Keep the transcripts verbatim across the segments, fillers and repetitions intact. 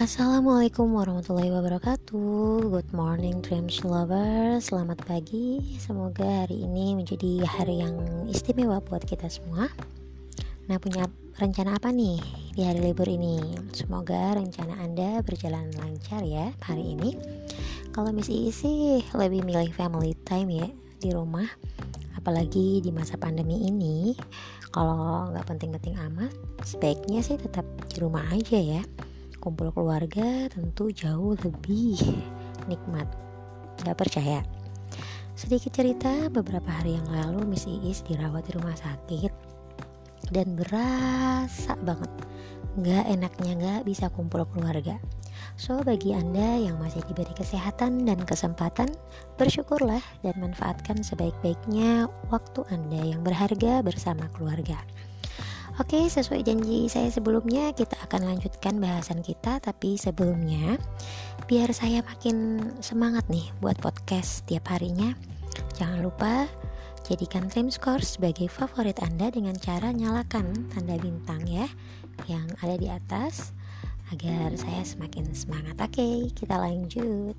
Assalamualaikum warahmatullahi wabarakatuh. Good morning Dreams Lovers. Selamat pagi. Semoga hari ini menjadi hari yang istimewa buat kita semua. Nah, punya rencana apa nih di hari libur ini? Semoga rencana Anda berjalan lancar ya hari ini. Kalau Miss Iis sih lebih milih family time ya di rumah. Apalagi di masa pandemi ini. Kalau nggak penting-penting amat, sebaiknya sih tetap di rumah aja ya. Kumpul keluarga tentu jauh lebih nikmat. Gak percaya? Sedikit cerita, beberapa hari yang lalu Miss Iis dirawat di rumah sakit dan berasa banget gak enaknya gak bisa kumpul keluarga. So bagi Anda yang masih diberi kesehatan dan kesempatan, bersyukurlah dan manfaatkan sebaik-baiknya waktu Anda yang berharga bersama keluarga. Oke, sesuai janji saya sebelumnya, kita akan lanjutkan bahasan kita. Tapi sebelumnya, biar saya makin semangat nih buat podcast setiap harinya, jangan lupa jadikan Dreamscore sebagai favorit Anda dengan cara nyalakan tanda bintang ya yang ada di atas, agar saya semakin semangat. Oke, kita lanjut.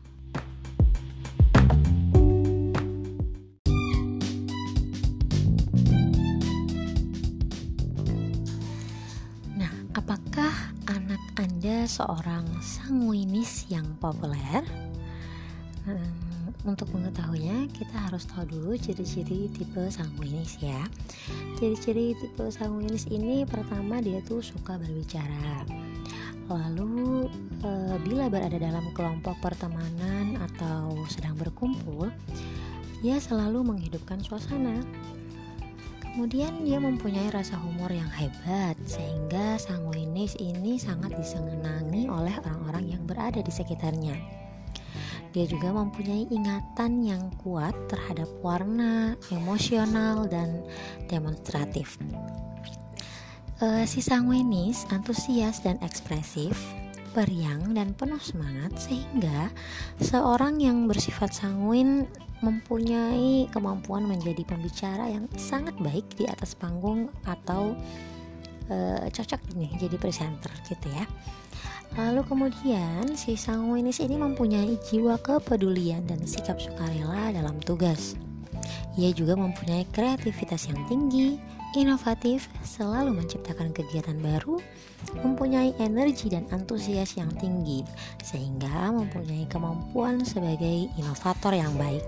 Apakah anak Anda seorang sanguinis yang populer? Hmm, untuk mengetahuinya, kita harus tahu dulu ciri-ciri tipe sanguinis ya. Ciri-ciri tipe sanguinis ini, pertama dia tuh suka berbicara. Lalu e, bila berada dalam kelompok pertemanan atau sedang berkumpul, ia selalu menghidupkan suasana. Kemudian dia mempunyai rasa humor yang hebat, sehingga sanguinis ini sangat disenangi oleh orang-orang yang berada di sekitarnya. Dia juga mempunyai ingatan yang kuat terhadap warna, emosional, dan demonstratif. E, si sanguinis antusias dan ekspresif, periang dan penuh semangat, sehingga seorang yang bersifat sanguin mempunyai kemampuan menjadi pembicara yang sangat baik di atas panggung atau e, cocok nih jadi presenter gitu ya. Lalu kemudian si sanguinis ini mempunyai jiwa kepedulian dan sikap sukarela dalam tugas. Ia juga mempunyai kreativitas yang tinggi, inovatif, selalu menciptakan kegiatan baru, mempunyai energi dan antusias yang tinggi, sehingga mempunyai kemampuan sebagai inovator yang baik.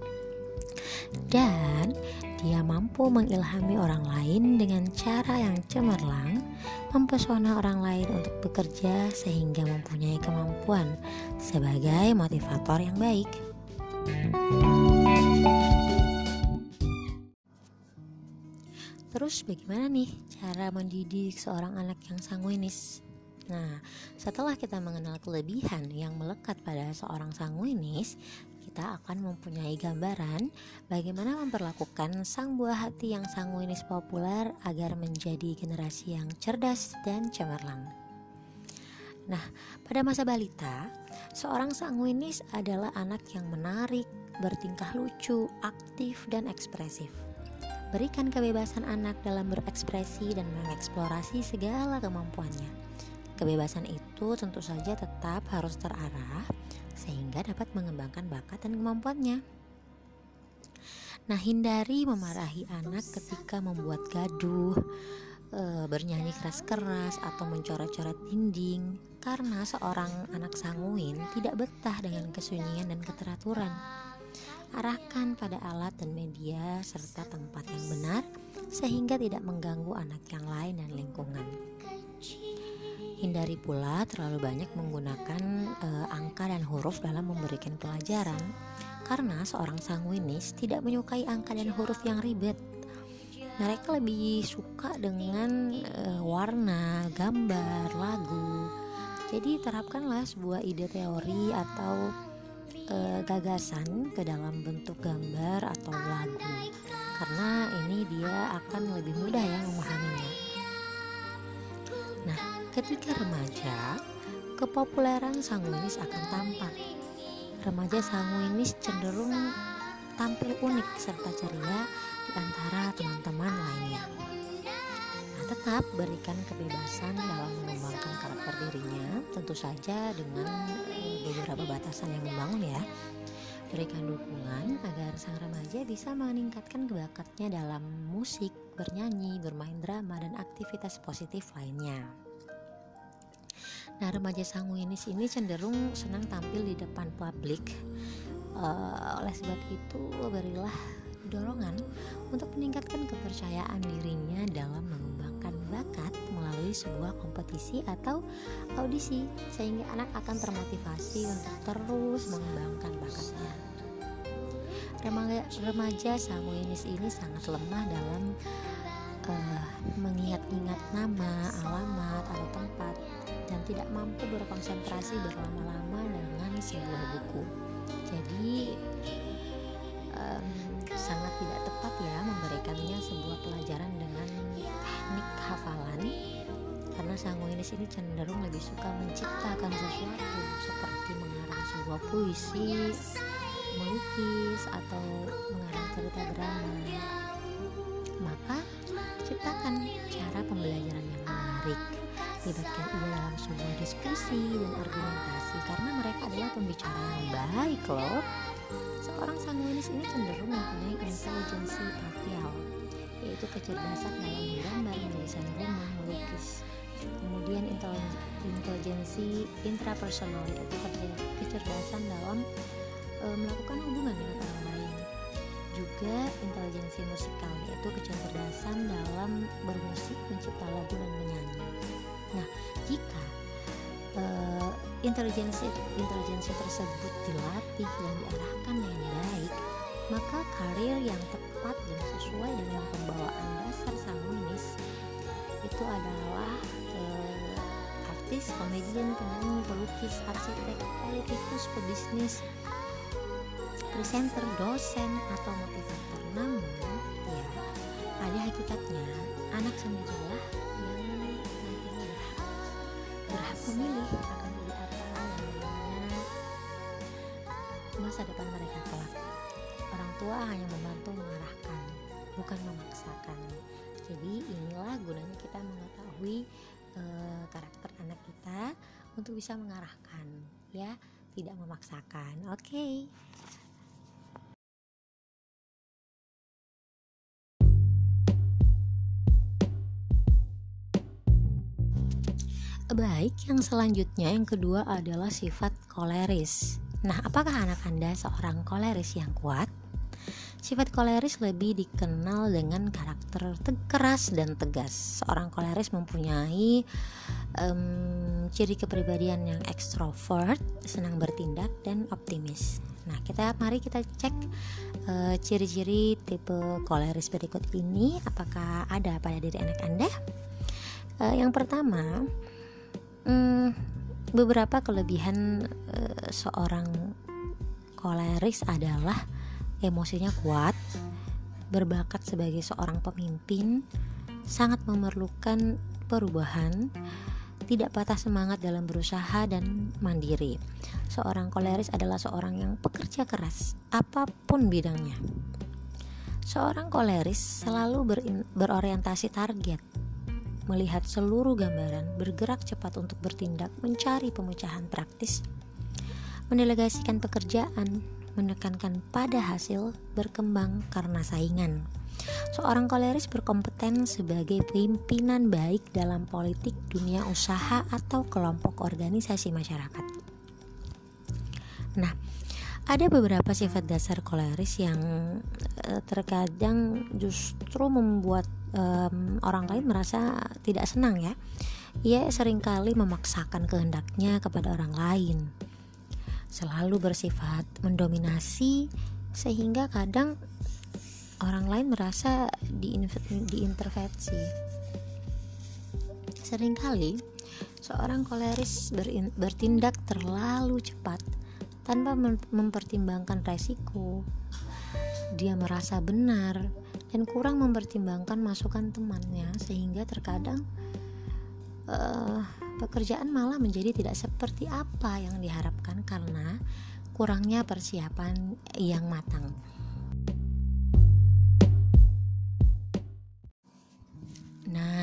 Dan dia mampu mengilhami orang lain dengan cara yang cemerlang, mempesona orang lain untuk bekerja, sehingga mempunyai kemampuan sebagai motivator yang baik. Terus bagaimana nih cara mendidik seorang anak yang sanguinis? Nah, setelah kita mengenal kelebihan yang melekat pada seorang sanguinis, kita akan mempunyai gambaran bagaimana memperlakukan sang buah hati yang sanguinis populer agar menjadi generasi yang cerdas dan cemerlang. Nah, pada masa balita, seorang sanguinis adalah anak yang menarik, bertingkah lucu, aktif, dan ekspresif. Berikan kebebasan anak dalam berekspresi dan mengeksplorasi segala kemampuannya. Kebebasan itu tentu saja tetap harus terarah sehingga dapat mengembangkan bakat dan kemampuannya. Nah, hindari memarahi anak ketika membuat gaduh, e, bernyanyi keras-keras atau mencoret-coret dinding, karena seorang anak sanguin tidak betah dengan kesunyian dan keteraturan. Arahkan pada alat dan media serta tempat yang benar sehingga tidak mengganggu anak yang lain dan lingkungan. Hindari pula terlalu banyak menggunakan e, angka dan huruf dalam memberikan pelajaran, karena seorang sanguinis tidak menyukai angka dan huruf yang ribet. Mereka lebih suka dengan e, warna, gambar, lagu. Jadi terapkanlah sebuah ide teori atau e, gagasan ke dalam bentuk gambar atau lagu, karena ini dia akan lebih mudah ya memahaminya. Nah, ketika remaja, kepopuleran sanguinis akan tampak. Remaja sanguinis cenderung tampil unik serta ceria di antara teman-teman lainnya. Nah, tetap berikan kebebasan dalam mengembangkan karakter dirinya, tentu saja dengan eh, beberapa batasan yang membangun ya. Berikan dukungan agar sang remaja bisa meningkatkan bakatnya dalam musik, bernyanyi, bermain drama, dan aktivitas positif lainnya. Nah, remaja sanguinis ini cenderung senang tampil di depan publik. Uh, oleh sebab itu, berilah dorongan untuk meningkatkan kepercayaan dirinya dalam mengembangkan bakat melalui sebuah kompetisi atau audisi, sehingga anak akan termotivasi untuk terus mengembangkan bakatnya. Remaja, remaja sanguinis ini sangat lemah dalam uh, mengingat-ingat nama, alamat, atau tempat, dan tidak mampu berkonsentrasi berlama-lama dengan sebuah buku. Jadi um, sangat tidak tepat ya memberikannya sebuah pelajaran dengan teknik hafalan, karena sanguinis ini cenderung lebih suka menciptakan sesuatu seperti mengarang sebuah puisi, melukis, atau mengarang cerita drama. Maka ciptakan cara pembelajaran yang menarik, libatkan ia dalam sebuah diskusi dan argumentasi, karena mereka adalah pembicara yang baik loh. Seorang sanguinis ini cenderung mempunyai intelijensi partial, yaitu kecerdasan dalam menggambar, mendesain rumah, melukis. Kemudian intelijensi intrapersonal, yaitu kecerdasan dalam e, melakukan hubungan dengan orang lain. Juga intelijensi musikal, yaitu kecerdasan dalam bermusik, mencipta lagu, dan menyanyi. Nah, jika Uh, intelijensi intelijensi tersebut dilatih dan diarahkan dengan baik, maka karir yang tepat dan sesuai dengan pembawaan dasar sanguinis itu adalah uh, artis, komedian, penyanyi, pelukis, arsitek, politikus, pebisnis, presenter, dosen, atau motivator. Namun ya, pada hakikatnya anak sendirilah yang berhak memilih akan jadi apa dan bagaimana masa depan mereka kelak. Orang tua hanya membantu mengarahkan, bukan memaksakan. Jadi inilah gunanya kita mengetahui e, karakter anak kita untuk bisa mengarahkan, ya, tidak memaksakan. Oke. Okay. Baik, yang selanjutnya yang kedua adalah sifat koleris. Nah, apakah anak Anda seorang koleris yang kuat? Sifat koleris lebih dikenal dengan karakter te- keras dan tegas. Seorang koleris mempunyai um, ciri kepribadian yang ekstrovert, senang bertindak, dan optimis. Nah, kita mari kita cek uh, ciri-ciri tipe koleris berikut ini. Apakah ada pada diri anak Anda? Uh, yang pertama, Hmm, beberapa kelebihan e, seorang koleris adalah emosinya kuat, berbakat sebagai seorang pemimpin, sangat memerlukan perubahan, tidak patah semangat dalam berusaha, dan mandiri. Seorang koleris adalah seorang yang pekerja keras, apapun bidangnya. Seorang koleris selalu berin, berorientasi target, melihat seluruh gambaran, bergerak cepat untuk bertindak, mencari pemecahan praktis, mendelegasikan pekerjaan, menekankan pada hasil, berkembang karena saingan. Seorang koleris berkompeten sebagai pimpinan baik dalam politik, dunia usaha, atau kelompok organisasi masyarakat. Nah, ada beberapa sifat dasar koleris yang eh, terkadang justru membuat Um, orang lain merasa tidak senang ya. Ia seringkali memaksakan kehendaknya kepada orang lain, selalu bersifat mendominasi, sehingga kadang orang lain merasa diintervensi. Seringkali seorang koleris berin, bertindak terlalu cepat tanpa mempertimbangkan resiko. Dia merasa benar dan kurang mempertimbangkan masukan temannya, sehingga terkadang uh, pekerjaan malah menjadi tidak seperti apa yang diharapkan karena kurangnya persiapan yang matang. Nah,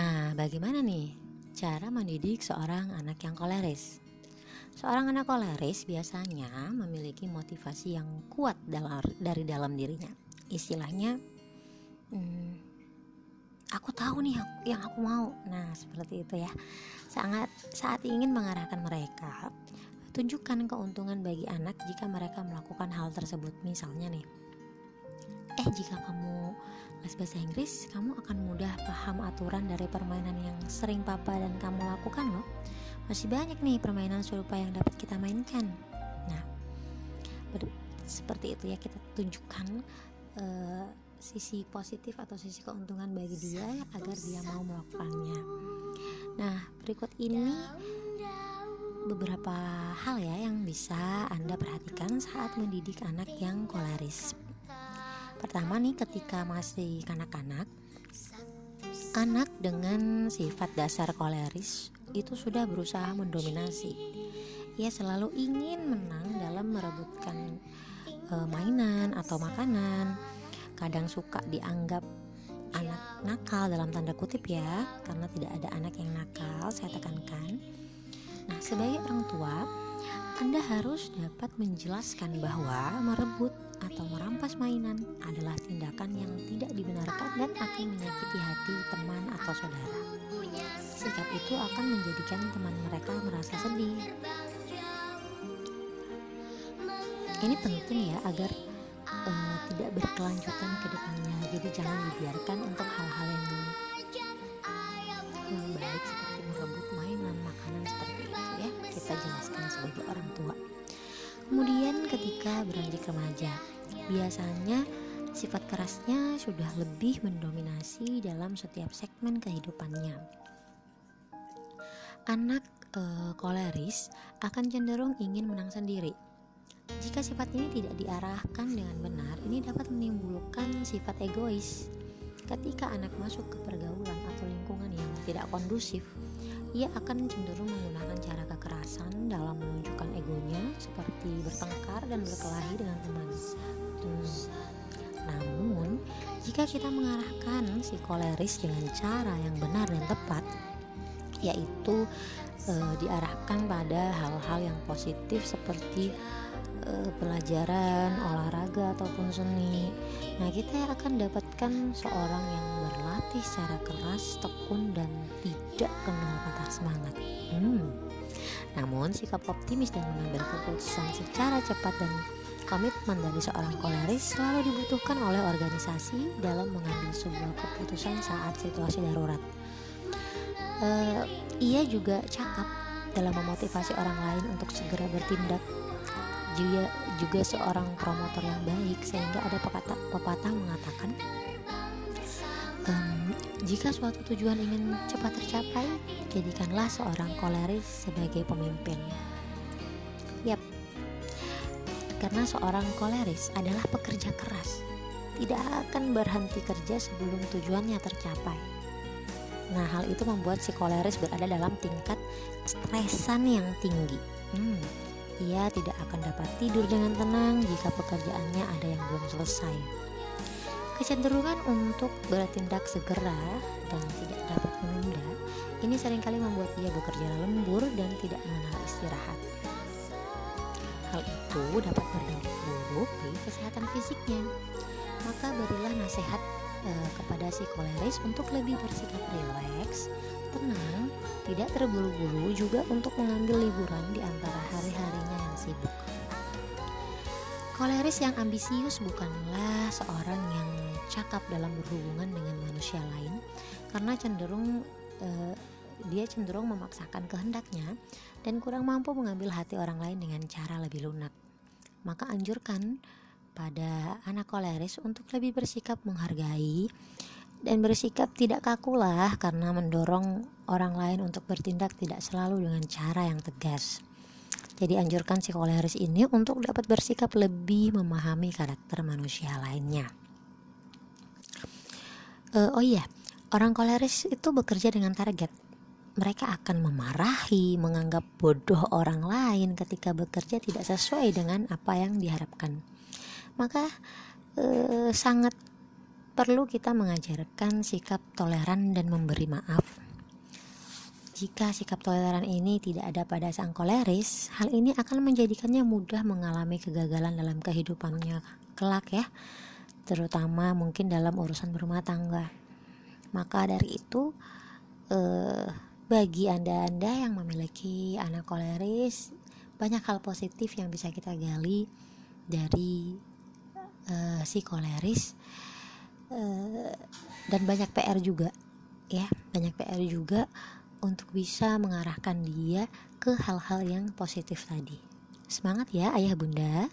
bagaimana nih cara mendidik seorang anak yang koleris? Seorang anak koleris biasanya memiliki motivasi yang kuat dari dalam dirinya. Istilahnya, hmm, aku tahu nih yang aku mau. Nah, seperti itu ya. Sangat saat ingin mengarahkan mereka, tunjukkan keuntungan bagi anak jika mereka melakukan hal tersebut. Misalnya nih, eh jika kamu les bahasa Inggris, kamu akan mudah paham aturan dari permainan yang sering papa dan kamu lakukan loh. Masih banyak nih permainan serupa yang dapat kita mainkan. Nah, ber- seperti itu ya, kita tunjukkan uh, sisi positif atau sisi keuntungan bagi dia agar dia mau melakukannya. Nah, berikut ini beberapa hal ya yang bisa Anda perhatikan saat mendidik anak yang koleris. Pertama nih, ketika masih kanak-kanak, anak dengan sifat dasar koleris itu sudah berusaha mendominasi. Ia selalu ingin menang dalam merebutkan e, mainan atau makanan. Kadang suka dianggap anak nakal dalam tanda kutip ya, karena tidak ada anak yang nakal, saya tekankan. Nah, sebagai orang tua, Anda harus dapat menjelaskan bahwa merebut atau merampas mainan adalah tindakan yang tidak dibenarkan dan akan menyakiti hati teman atau saudara. Sikap itu akan menjadikan teman mereka merasa sedih. Ini penting ya agar uh, tidak berkelanjutan ke depannya. Jadi jangan dibiarkan untuk hal-hal yang yang baik seperti merebut mainan, makanan seperti itu ya. Kita jelaskan sebagai orang tua. Kemudian ketika beranjak remaja, biasanya sifat kerasnya sudah lebih mendominasi dalam setiap segmen kehidupannya. Anak e, koleris akan cenderung ingin menang sendiri. Jika sifat ini tidak diarahkan dengan benar, ini dapat menimbulkan sifat egois. Ketika anak masuk ke pergaulan atau lingkungan yang tidak kondusif, ia akan cenderung menggunakan cara kekerasan dalam menunjukkan egonya, seperti bertengkar dan berkelahi dengan teman. Hmm. Namun, jika kita mengarahkan si koleris dengan cara yang benar dan tepat, yaitu e, diarahkan pada hal-hal yang positif seperti e, pelajaran, olahraga ataupun seni. Nah, kita akan dapatkan seorang yang berlatih secara keras, tekun dan tidak kenal patah semangat. Hmm. Namun, sikap optimis dan mengambil keputusan secara cepat dan komitmen dari seorang koleris selalu dibutuhkan oleh organisasi dalam mengambil sebuah keputusan saat situasi darurat. Uh, ia juga cakap dalam memotivasi orang lain untuk segera bertindak. Juga, juga seorang promotor yang baik, sehingga ada pepatah, pepatah mengatakan um, jika suatu tujuan ingin cepat tercapai, jadikanlah seorang koleris sebagai pemimpin. Yap, karena seorang koleris adalah pekerja keras, tidak akan berhenti kerja sebelum tujuannya tercapai. Nah, hal itu membuat si koleris berada dalam tingkat stresan yang tinggi. Hmm, ia tidak akan dapat tidur dengan tenang jika pekerjaannya ada yang belum selesai. Kecenderungan untuk bertindak segera dan tidak dapat menunda, ini seringkali membuat ia bekerja lembur dan tidak mengenal istirahat. Hal itu dapat berdampak buruk bagi kesehatan fisiknya. Maka berilah nasihat kepada si koleris untuk lebih bersikap rileks, tenang, tidak terburu-buru, juga untuk mengambil liburan di antara hari-harinya yang sibuk. Koleris yang ambisius bukanlah seorang yang cakap dalam berhubungan dengan manusia lain, karena cenderung eh, dia cenderung memaksakan kehendaknya dan kurang mampu mengambil hati orang lain dengan cara lebih lunak. Maka anjurkan pada anak koleris untuk lebih bersikap menghargai dan bersikap tidak kakulah, karena mendorong orang lain untuk bertindak tidak selalu dengan cara yang tegas. Jadi anjurkan si koleris ini untuk dapat bersikap lebih memahami karakter manusia lainnya. Uh, oh iya, orang koleris itu bekerja dengan target. Mereka akan memarahi, menganggap bodoh orang lain ketika bekerja tidak sesuai dengan apa yang diharapkan. Maka eh, sangat perlu kita mengajarkan sikap toleran dan memberi maaf. Jika sikap toleran ini tidak ada pada sang koleris, hal ini akan menjadikannya mudah mengalami kegagalan dalam kehidupannya kelak ya, terutama mungkin dalam urusan berumah tangga. Maka dari itu, eh, bagi anda-anda yang memiliki anak koleris, banyak hal positif yang bisa kita gali dari eh, si koleris, eh, dan banyak P R juga ya, banyak P R juga untuk bisa mengarahkan dia ke hal-hal yang positif tadi. Semangat ya ayah bunda.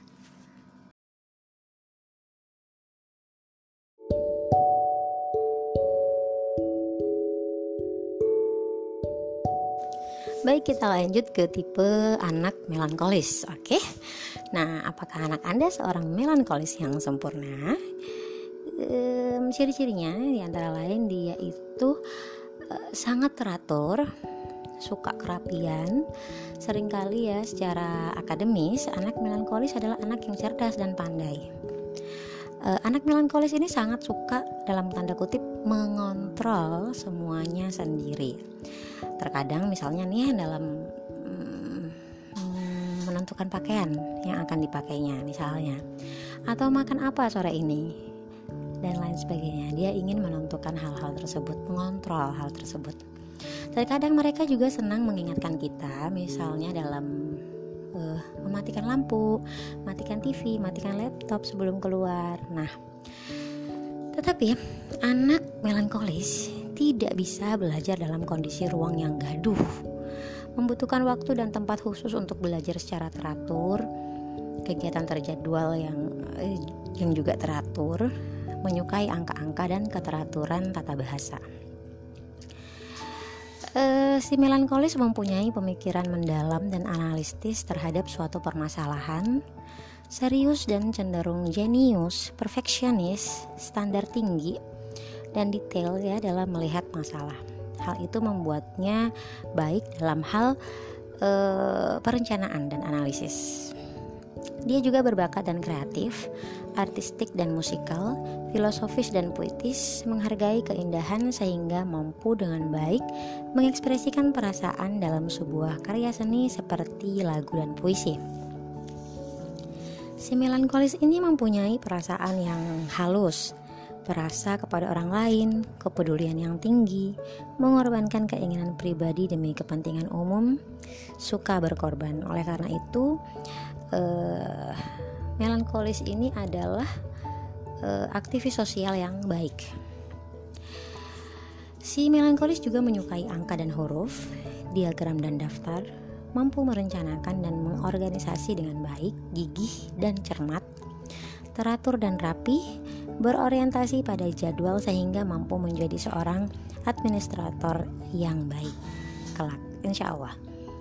Baik, kita lanjut ke tipe anak melankolis. Oke. Nah, apakah anak Anda seorang melankolis yang sempurna? Ehm, ciri-cirinya diantara lain dia itu uh, sangat teratur, suka kerapian. Seringkali ya secara akademis, anak melankolis adalah anak yang cerdas dan pandai. Uh, anak melankolis ini sangat suka dalam tanda kutip mengontrol semuanya sendiri. Terkadang misalnya nih dalam hmm, menentukan pakaian yang akan dipakainya misalnya, atau makan apa sore ini dan lain sebagainya. Dia ingin menentukan hal-hal tersebut, mengontrol hal tersebut. Terkadang mereka juga senang mengingatkan kita, misalnya dalam uh, mematikan lampu, matikan T V, matikan laptop sebelum keluar. Nah, tetapi anak melankolis tidak bisa belajar dalam kondisi ruang yang gaduh, membutuhkan waktu dan tempat khusus untuk belajar secara teratur, kegiatan terjadwal yang eh, yang juga teratur, menyukai angka-angka dan keteraturan tata bahasa. Uh, si melankolis mempunyai pemikiran mendalam dan analitis terhadap suatu permasalahan, serius dan cenderung jenius, perfeksionis, standar tinggi dan detail ya dalam melihat masalah. Hal itu membuatnya baik dalam hal uh, perencanaan dan analisis. Dia juga berbakat dan kreatif, artistik dan musikal, filosofis dan puitis, menghargai keindahan sehingga mampu dengan baik mengekspresikan perasaan dalam sebuah karya seni seperti lagu dan puisi. Si melankolis ini mempunyai perasaan yang halus, perasa kepada orang lain, kepedulian yang tinggi, mengorbankan keinginan pribadi demi kepentingan umum, suka berkorban. Oleh karena itu, Uh, melankolis ini adalah uh, aktivis sosial yang baik. Si melankolis juga menyukai angka dan huruf, diagram dan daftar, mampu merencanakan dan mengorganisasi dengan baik, gigih dan cermat, teratur dan rapi, berorientasi pada jadwal sehingga mampu menjadi seorang administrator yang baik kelak, insya Allah.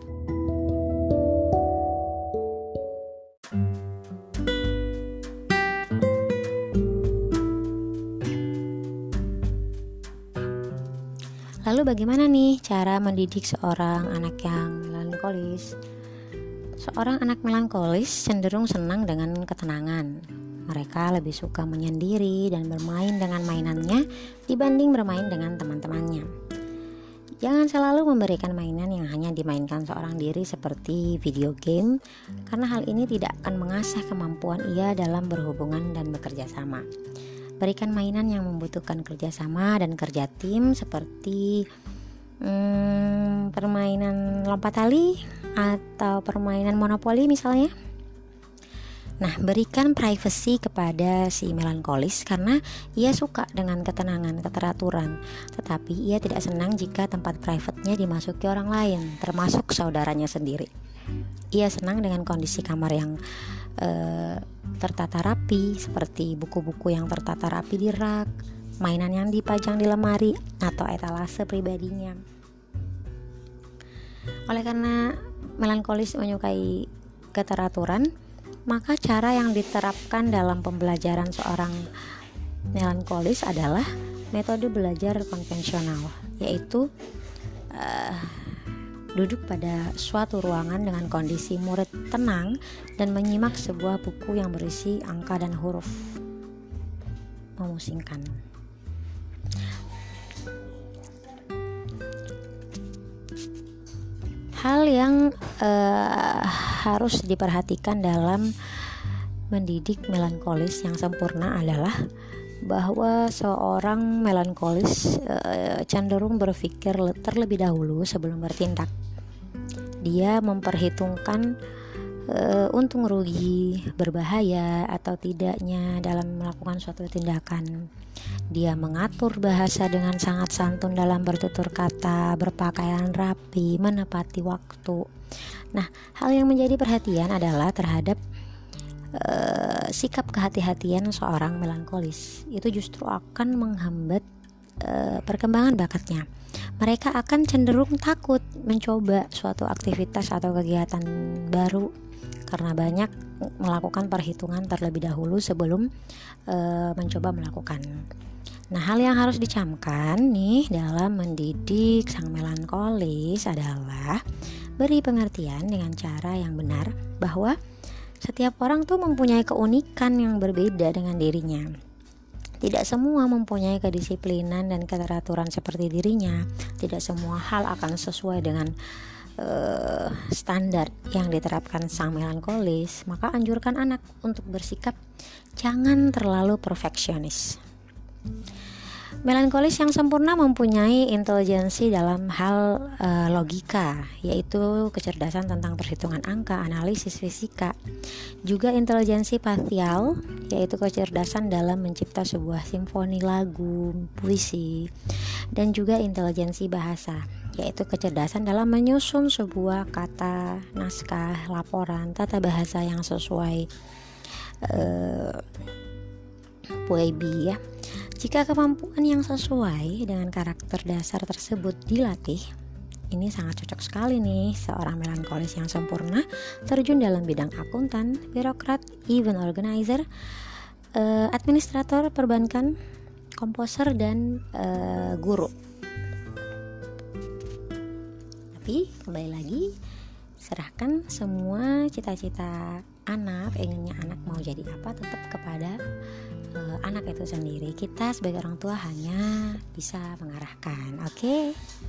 Lalu bagaimana nih cara mendidik seorang anak yang melankolis? Seorang anak melankolis cenderung senang dengan ketenangan. Mereka lebih suka menyendiri dan bermain dengan mainannya dibanding bermain dengan teman-temannya. Jangan selalu memberikan mainan yang hanya dimainkan seorang diri seperti video game, karena hal ini tidak akan mengasah kemampuan ia dalam berhubungan dan bekerja sama. Berikan mainan yang membutuhkan kerjasama dan kerja tim seperti hmm, permainan lompat tali atau permainan monopoli misalnya. Nah, berikan privacy kepada si melankolis karena ia suka dengan ketenangan, keteraturan. Tetapi ia tidak senang jika tempat private-nya dimasuki orang lain, termasuk saudaranya sendiri. Ia senang dengan kondisi kamar yang Uh, tertata rapi, seperti buku-buku yang tertata rapi di rak, mainan yang dipajang di lemari atau etalase pribadinya. Oleh karena melankolis menyukai keteraturan, maka cara yang diterapkan dalam pembelajaran seorang melankolis adalah metode belajar konvensional, yaitu uh, duduk pada suatu ruangan dengan kondisi murid tenang dan menyimak sebuah buku yang berisi angka dan huruf. Memusingkan. Hal yang uh, harus diperhatikan dalam mendidik melankolis yang sempurna adalah bahwa seorang melankolis uh, cenderung berpikir terlebih dahulu sebelum bertindak. Dia memperhitungkan uh, untung rugi, berbahaya atau tidaknya dalam melakukan suatu tindakan. Dia mengatur bahasa dengan sangat santun dalam bertutur kata, berpakaian rapi, menepati waktu. Nah, hal yang menjadi perhatian adalah terhadap Uh, sikap kehati-hatian seorang melankolis. Itu justru akan menghambat uh, perkembangan bakatnya. Mereka akan cenderung takut mencoba suatu aktivitas atau kegiatan baru karena banyak melakukan perhitungan terlebih dahulu sebelum uh, mencoba melakukan. Nah, hal yang harus dicamkan nih dalam mendidik sang melankolis adalah beri pengertian dengan cara yang benar bahwa setiap orang tuh mempunyai keunikan yang berbeda dengan dirinya. Tidak semua mempunyai kedisiplinan dan keteraturan seperti dirinya. Tidak semua hal akan sesuai dengan uh, standar yang diterapkan sang melankolis. Maka anjurkan anak untuk bersikap jangan terlalu perfeksionis. Melankolis yang sempurna mempunyai intelijensi dalam hal uh, logika, yaitu kecerdasan tentang perhitungan angka, analisis fisika. Juga intelijensi spasial, yaitu kecerdasan dalam mencipta sebuah simfoni lagu, puisi. Dan juga intelijensi bahasa, yaitu kecerdasan dalam menyusun sebuah kata, naskah, laporan, tata bahasa yang sesuai uh, puebi ya. Jika kemampuan yang sesuai dengan karakter dasar tersebut dilatih, ini sangat cocok sekali nih seorang melankolis yang sempurna terjun dalam bidang akuntan, birokrat, event organizer, uh, administrator perbankan, komposer, dan uh, guru. Tapi kembali lagi, serahkan semua cita-cita anak, inginnya anak mau jadi apa tetap kepada uh, anak itu sendiri. Kita sebagai orang tua hanya bisa mengarahkan. Oke okay?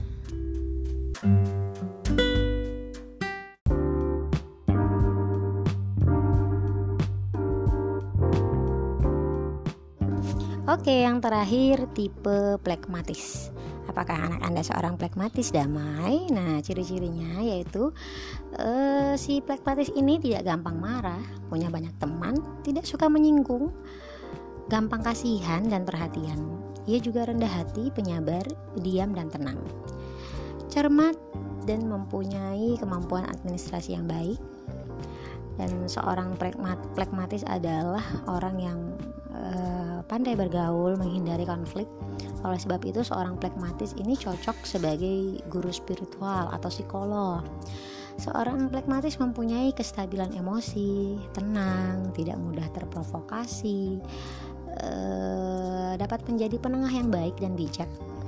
Oke okay, yang terakhir tipe plekmatis. Apakah anak Anda seorang plekmatis damai? Nah, ciri-cirinya yaitu uh, si plekmatis ini tidak gampang marah, punya banyak teman, tidak suka menyinggung, gampang kasihan dan perhatian. Ia juga rendah hati, penyabar, diam dan tenang. Cermat dan mempunyai kemampuan administrasi yang baik. Dan seorang plekmatis adalah orang yang uh, pandai bergaul, menghindari konflik. Oleh sebab itu seorang plekmatis ini cocok sebagai guru spiritual atau psikolog. Seorang plekmatis mempunyai kestabilan emosi, tenang, tidak mudah terprovokasi, eh, dapat menjadi penengah yang baik dan bijak.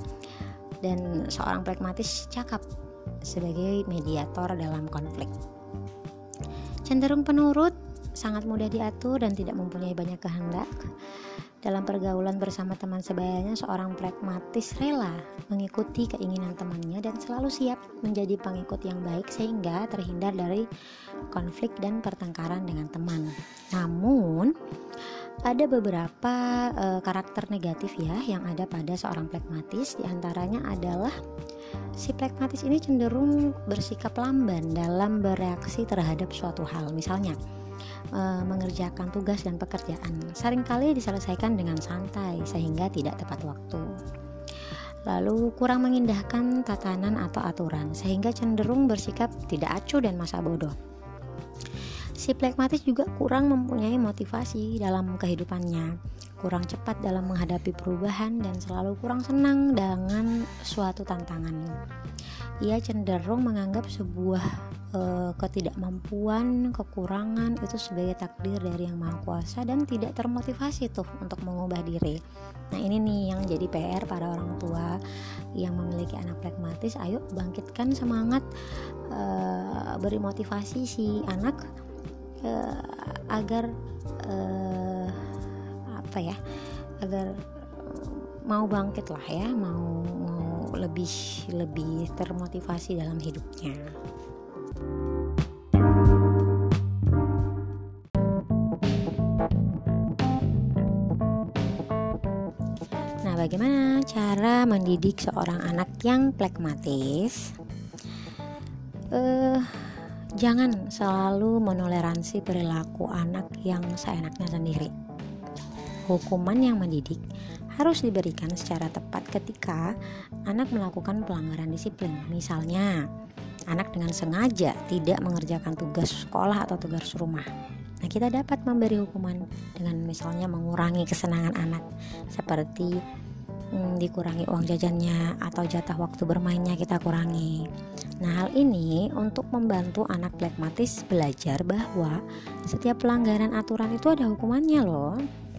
Dan seorang plekmatis cakap sebagai mediator dalam konflik. Cenderung penurut, sangat mudah diatur dan tidak mempunyai banyak kehendak. Dalam pergaulan bersama teman sebayanya, seorang plekmatis rela mengikuti keinginan temannya dan selalu siap menjadi pengikut yang baik sehingga terhindar dari konflik dan pertengkaran dengan teman. Namun, ada beberapa e, karakter negatif ya yang ada pada seorang plekmatis. Di antaranya adalah si plekmatis ini cenderung bersikap lamban dalam bereaksi terhadap suatu hal. Misalnya, mengerjakan tugas dan pekerjaan seringkali diselesaikan dengan santai sehingga tidak tepat waktu. Lalu kurang mengindahkan tatanan atau aturan sehingga cenderung bersikap tidak acuh dan masa bodoh. Si plekmatis juga kurang mempunyai motivasi dalam kehidupannya, kurang cepat dalam menghadapi perubahan dan selalu kurang senang dengan suatu tantangan. Ia cenderung menganggap sebuah e, ketidakmampuan, kekurangan itu sebagai takdir dari Yang Maha Kuasa dan tidak termotivasi tuh untuk mengubah diri. Nah, ini nih yang jadi P R para orang tua yang memiliki anak plekmatis. Ayo bangkitkan semangat, e, beri motivasi si anak e, agar e, apa ya? agar mau bangkit lah ya, mau mau lebih lebih termotivasi dalam hidupnya. Nah, bagaimana cara mendidik seorang anak yang pragmatis? Eh, jangan selalu menoleransi perilaku anak yang seenaknya sendiri. Hukuman yang mendidik harus diberikan secara tepat ketika anak melakukan pelanggaran disiplin. Misalnya, anak dengan sengaja tidak mengerjakan tugas sekolah atau tugas rumah. Nah, kita dapat memberi hukuman dengan misalnya mengurangi kesenangan anak, seperti hmm, dikurangi uang jajannya atau jatah waktu bermainnya kita kurangi. Nah, hal ini untuk membantu anak pragmatis belajar bahwa setiap pelanggaran aturan itu ada hukumannya loh.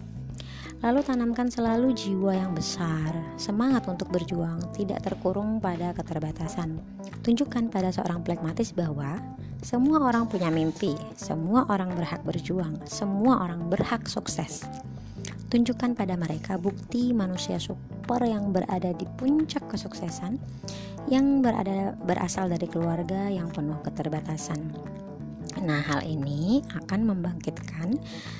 Lalu tanamkan selalu jiwa yang besar, semangat untuk berjuang, tidak terkurung pada keterbatasan. Tunjukkan pada seorang pragmatis bahwa semua orang punya mimpi, semua orang berhak berjuang, semua orang berhak sukses. Tunjukkan pada mereka bukti manusia super yang berada di puncak kesuksesan, yang berada berasal dari keluarga yang penuh keterbatasan. Nah, hal ini akan membangkitkan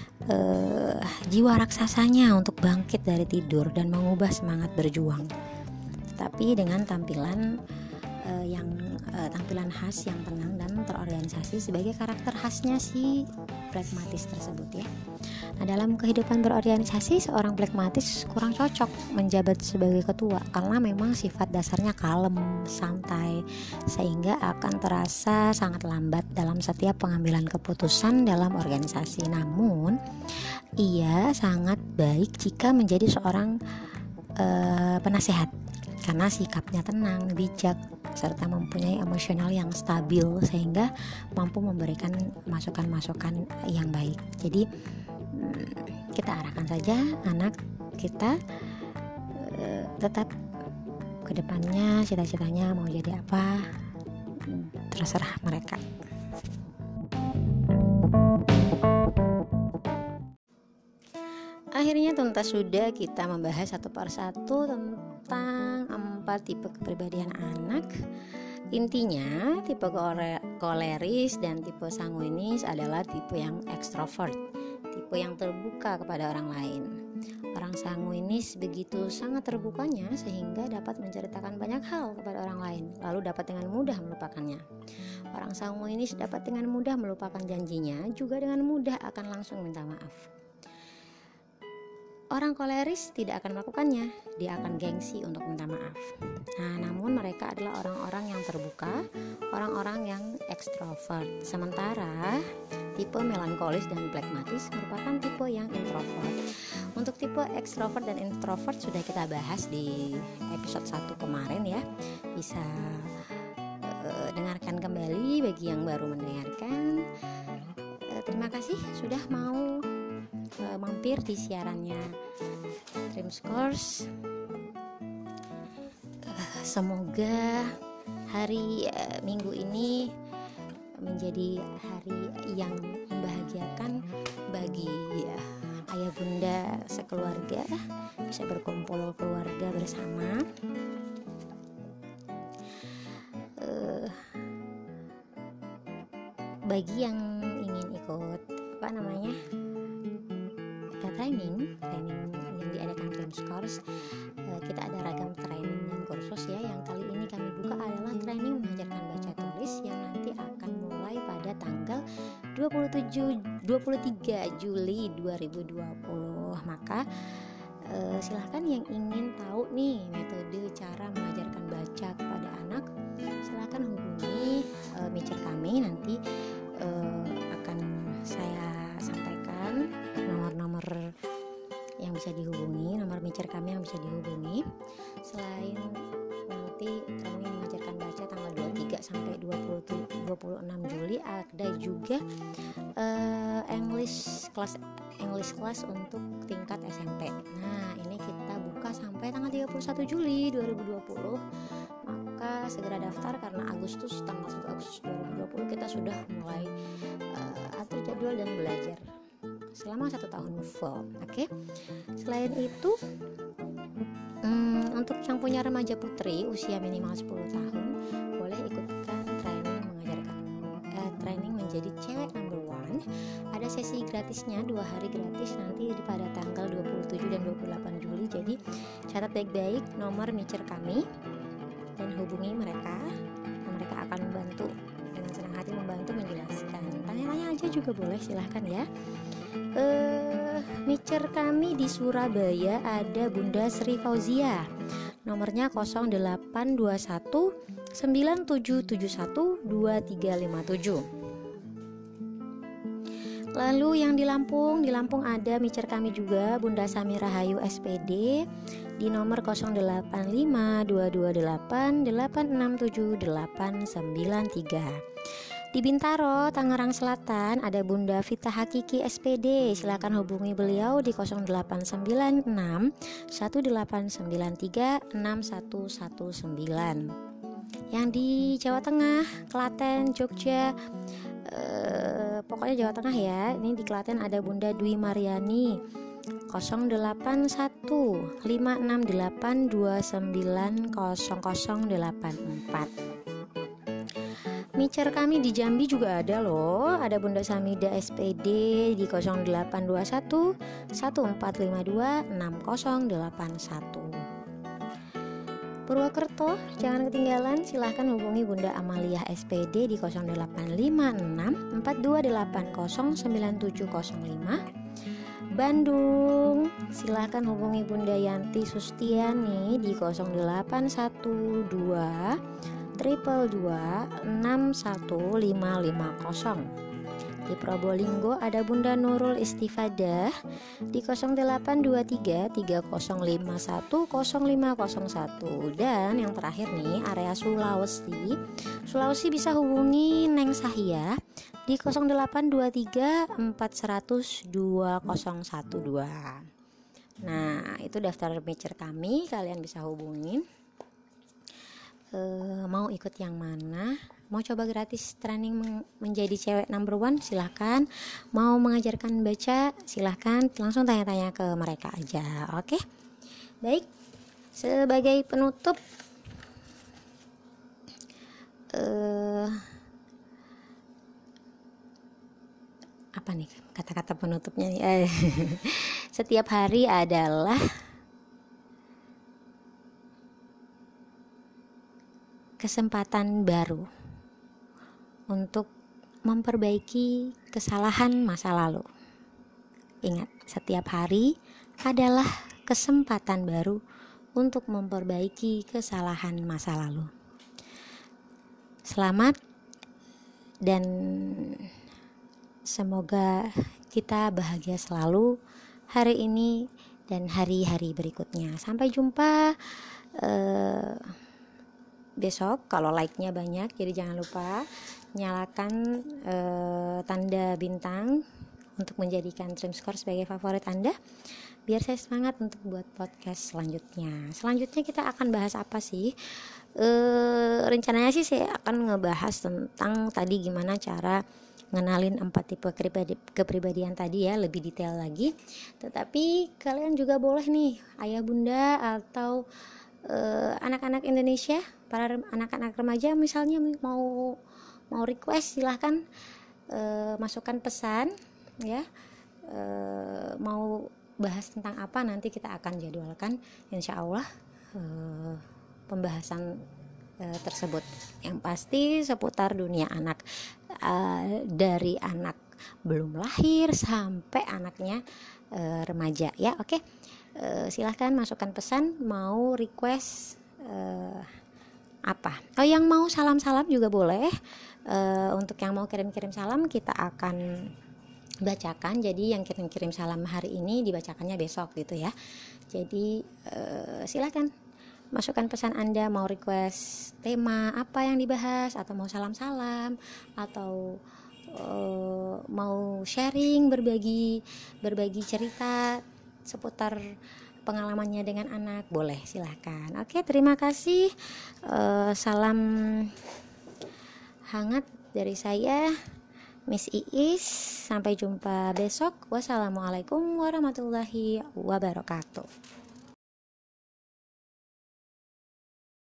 uh, jiwa raksasanya untuk bangkit dari tidur dan mengubah semangat berjuang. Tapi dengan tampilan uh, yang uh, tampilan khas yang tenang dan terorganisasi sebagai karakter khasnya si pragmatis tersebut ya. Nah, dalam kehidupan berorganisasi, seorang pragmatis kurang cocok menjabat sebagai ketua karena memang sifat dasarnya kalem, santai, sehingga akan terasa sangat lambat dalam setiap pengambilan keputusan dalam organisasi. Namun, ia sangat baik jika menjadi seorang uh, penasehat karena sikapnya tenang, bijak, serta mempunyai emosional yang stabil sehingga mampu memberikan masukan-masukan yang baik. Jadi kita arahkan saja anak kita uh, tetap ke depannya, cita-citanya mau jadi apa, terserah mereka. Akhirnya tuntas sudah kita membahas satu persatu tentang empat tipe kepribadian anak. Intinya, tipe koleris dan tipe sanguinis adalah tipe yang ekstrovert, tipe yang terbuka kepada orang lain. Orang sanguinis begitu sangat terbukanya sehingga dapat menceritakan banyak hal kepada orang lain, lalu dapat dengan mudah melupakannya. Orang sanguinis dapat dengan mudah melupakan janjinya, juga dengan mudah akan langsung minta maaf. Orang koleris tidak akan melakukannya, dia akan gengsi untuk minta maaf. Nah, namun mereka adalah orang-orang yang terbuka, orang-orang yang ekstrovert. Sementara tipe melankolis dan pragmatis merupakan tipe yang introvert. Untuk tipe ekstrovert dan introvert sudah kita bahas di episode satu kemarin ya. Bisa uh, dengarkan kembali bagi yang baru mendengarkan. Uh, terima kasih sudah mau uh, mampir di siarannya Dream Scores. Uh, semoga hari uh, minggu ini menjadi hari yang membahagiakan bagi uh, ayah bunda sekeluarga, bisa berkumpul keluarga bersama. Uh, bagi yang ingin ikut apa namanya ya, training, training yang diadakan Dream Scores, uh, kita ada ragam training dan kursus ya. Yang kali ini kami buka adalah training mengajarkan baca tulis yang nanti akan mulai pada tanggal dua puluh tujuh dua puluh tiga Juli dua ribu dua puluh. Maka uh, silahkan yang ingin tahu nih metode cara mengajarkan baca kepada anak, silahkan hubungi uh, micet kami. Nanti uh, akan saya sampaikan nomor-nomor yang bisa dihubungi, nomor micet kami yang bisa dihubungi. Selain nanti training mengajarkan baca tanggal dua puluh tiga sampai dua puluh enam Juli, ada juga uh, English class English class untuk tingkat S M P. Nah, ini kita buka sampai tanggal tiga puluh satu Juli dua ribu dua puluh. Maka segera daftar karena Agustus, tanggal satu Agustus dua ribu dua puluh kita sudah mulai uh, atur jadwal dan belajar selama satu tahun full. Oke. Okay? Selain itu, um, untuk yang punya remaja putri usia minimal sepuluh tahun boleh ikutkan training mengajarkan menjadi cewek number one, ada sesi gratisnya dua hari gratis nanti pada tanggal dua puluh tujuh dan dua puluh delapan Juli. Jadi catat baik-baik nomor micer kami dan hubungi mereka, dan mereka akan membantu dengan senang hati membantu menjelaskan. Tanya-tanya aja juga boleh, silahkan ya. Uh, micer kami di Surabaya ada Bunda Sri Fauzia, nomornya nol delapan dua satu sembilan tujuh tujuh satu dua tiga lima tujuh. Lalu yang di Lampung, di Lampung ada micer kami juga Bunda Samira Hayu S P D di nomor nol delapan lima dua dua delapan delapan enam tujuh delapan sembilan tiga. Di Bintaro, Tangerang Selatan ada Bunda Vita Hakiki S P D. Silakan hubungi beliau di nol delapan sembilan enam satu delapan sembilan tiga enam satu satu sembilan. Yang di Jawa Tengah, Klaten, Jogja, eh, pokoknya Jawa Tengah ya. Ini di Klaten ada Bunda Dwi Mariani nol delapan satu lima enam delapan dua sembilan nol nol delapan empat. Micer kami di Jambi juga ada loh, ada Bunda Samida S P D di nol delapan dua satu satu empat lima dua enam nol delapan satu. Purwokerto, jangan ketinggalan, silahkan hubungi Bunda Amalia S P D di nol delapan lima enam empat dua delapan nol sembilan tujuh nol lima. Bandung, silahkan hubungi Bunda Yanti Sustiani di nol delapan satu dua triple dua enam satu lima lima nol. Di Probolinggo ada Bunda Nurul Istifadah di nol delapan dua tiga tiga nol lima satu nol lima nol satu. Dan yang terakhir nih, area Sulawesi, Sulawesi bisa hubungi Neng Sahia di nol delapan dua tiga empat nol nol dua nol satu dua. Nah, itu daftar micer kami, kalian bisa hubungin. Uh, mau ikut yang mana, mau coba gratis training meng- menjadi cewek number one, silahkan. Mau mengajarkan baca, silahkan langsung tanya-tanya ke mereka aja. Oke, baik. Sebagai penutup, uh, apa nih kata-kata penutupnya nih? Setiap hari adalah kesempatan baru untuk memperbaiki kesalahan masa lalu. Ingat, setiap hari adalah kesempatan baru untuk memperbaiki kesalahan masa lalu. Selamat dan semoga kita bahagia selalu hari ini dan hari-hari berikutnya. Sampai jumpa uh, besok. Kalau like-nya banyak, jadi jangan lupa nyalakan uh, tanda bintang untuk menjadikan Dreamscore sebagai favorit Anda, biar saya semangat untuk buat podcast selanjutnya. Selanjutnya kita akan bahas apa sih? Uh, rencananya sih saya akan ngebahas tentang tadi gimana cara ngenalin empat tipe kepribadian tadi ya, lebih detail lagi. Tetapi kalian juga boleh nih, ayah bunda atau uh, anak-anak Indonesia, para anak-anak remaja misalnya mau mau request, silahkan uh, masukkan pesan ya, uh, mau bahas tentang apa, nanti kita akan jadwalkan insya Allah uh, pembahasan uh, tersebut. Yang pasti seputar dunia anak, uh, dari anak belum lahir sampai anaknya uh, remaja ya. Oke, uh, silahkan masukkan pesan, mau request uh, apa. Oh, yang mau salam-salam juga boleh. Uh, untuk yang mau kirim-kirim salam kita akan bacakan. Jadi yang kirim-kirim salam hari ini dibacakannya besok gitu ya. Jadi uh, silakan masukkan pesan Anda, mau request tema apa yang dibahas, atau mau salam-salam, atau uh, mau sharing, berbagi berbagi cerita seputar pengalamannya dengan anak, boleh, silahkan. Oke, terima kasih. Uh, salam hangat dari saya, Miss Iis. Sampai jumpa besok. Wassalamualaikum warahmatullahi wabarakatuh.